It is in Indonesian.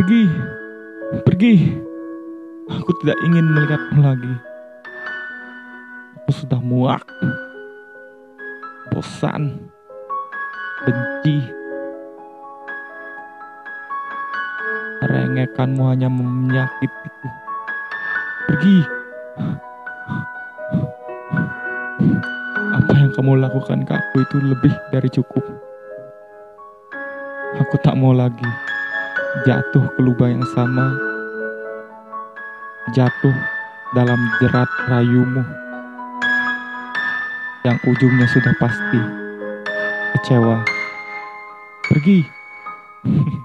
Pergi, pergi. Aku tidak ingin melihatmu lagi. Aku sudah muak, bosan, benci. Rengekanmu hanya menyakitiku. Pergi. Apa yang kamu lakukan ke aku itu lebih dari cukup. Aku tak mau lagi jatuh ke lubang yang sama, jatuh dalam jerat rayumu yang ujungnya sudah pasti kecewa. Pergi.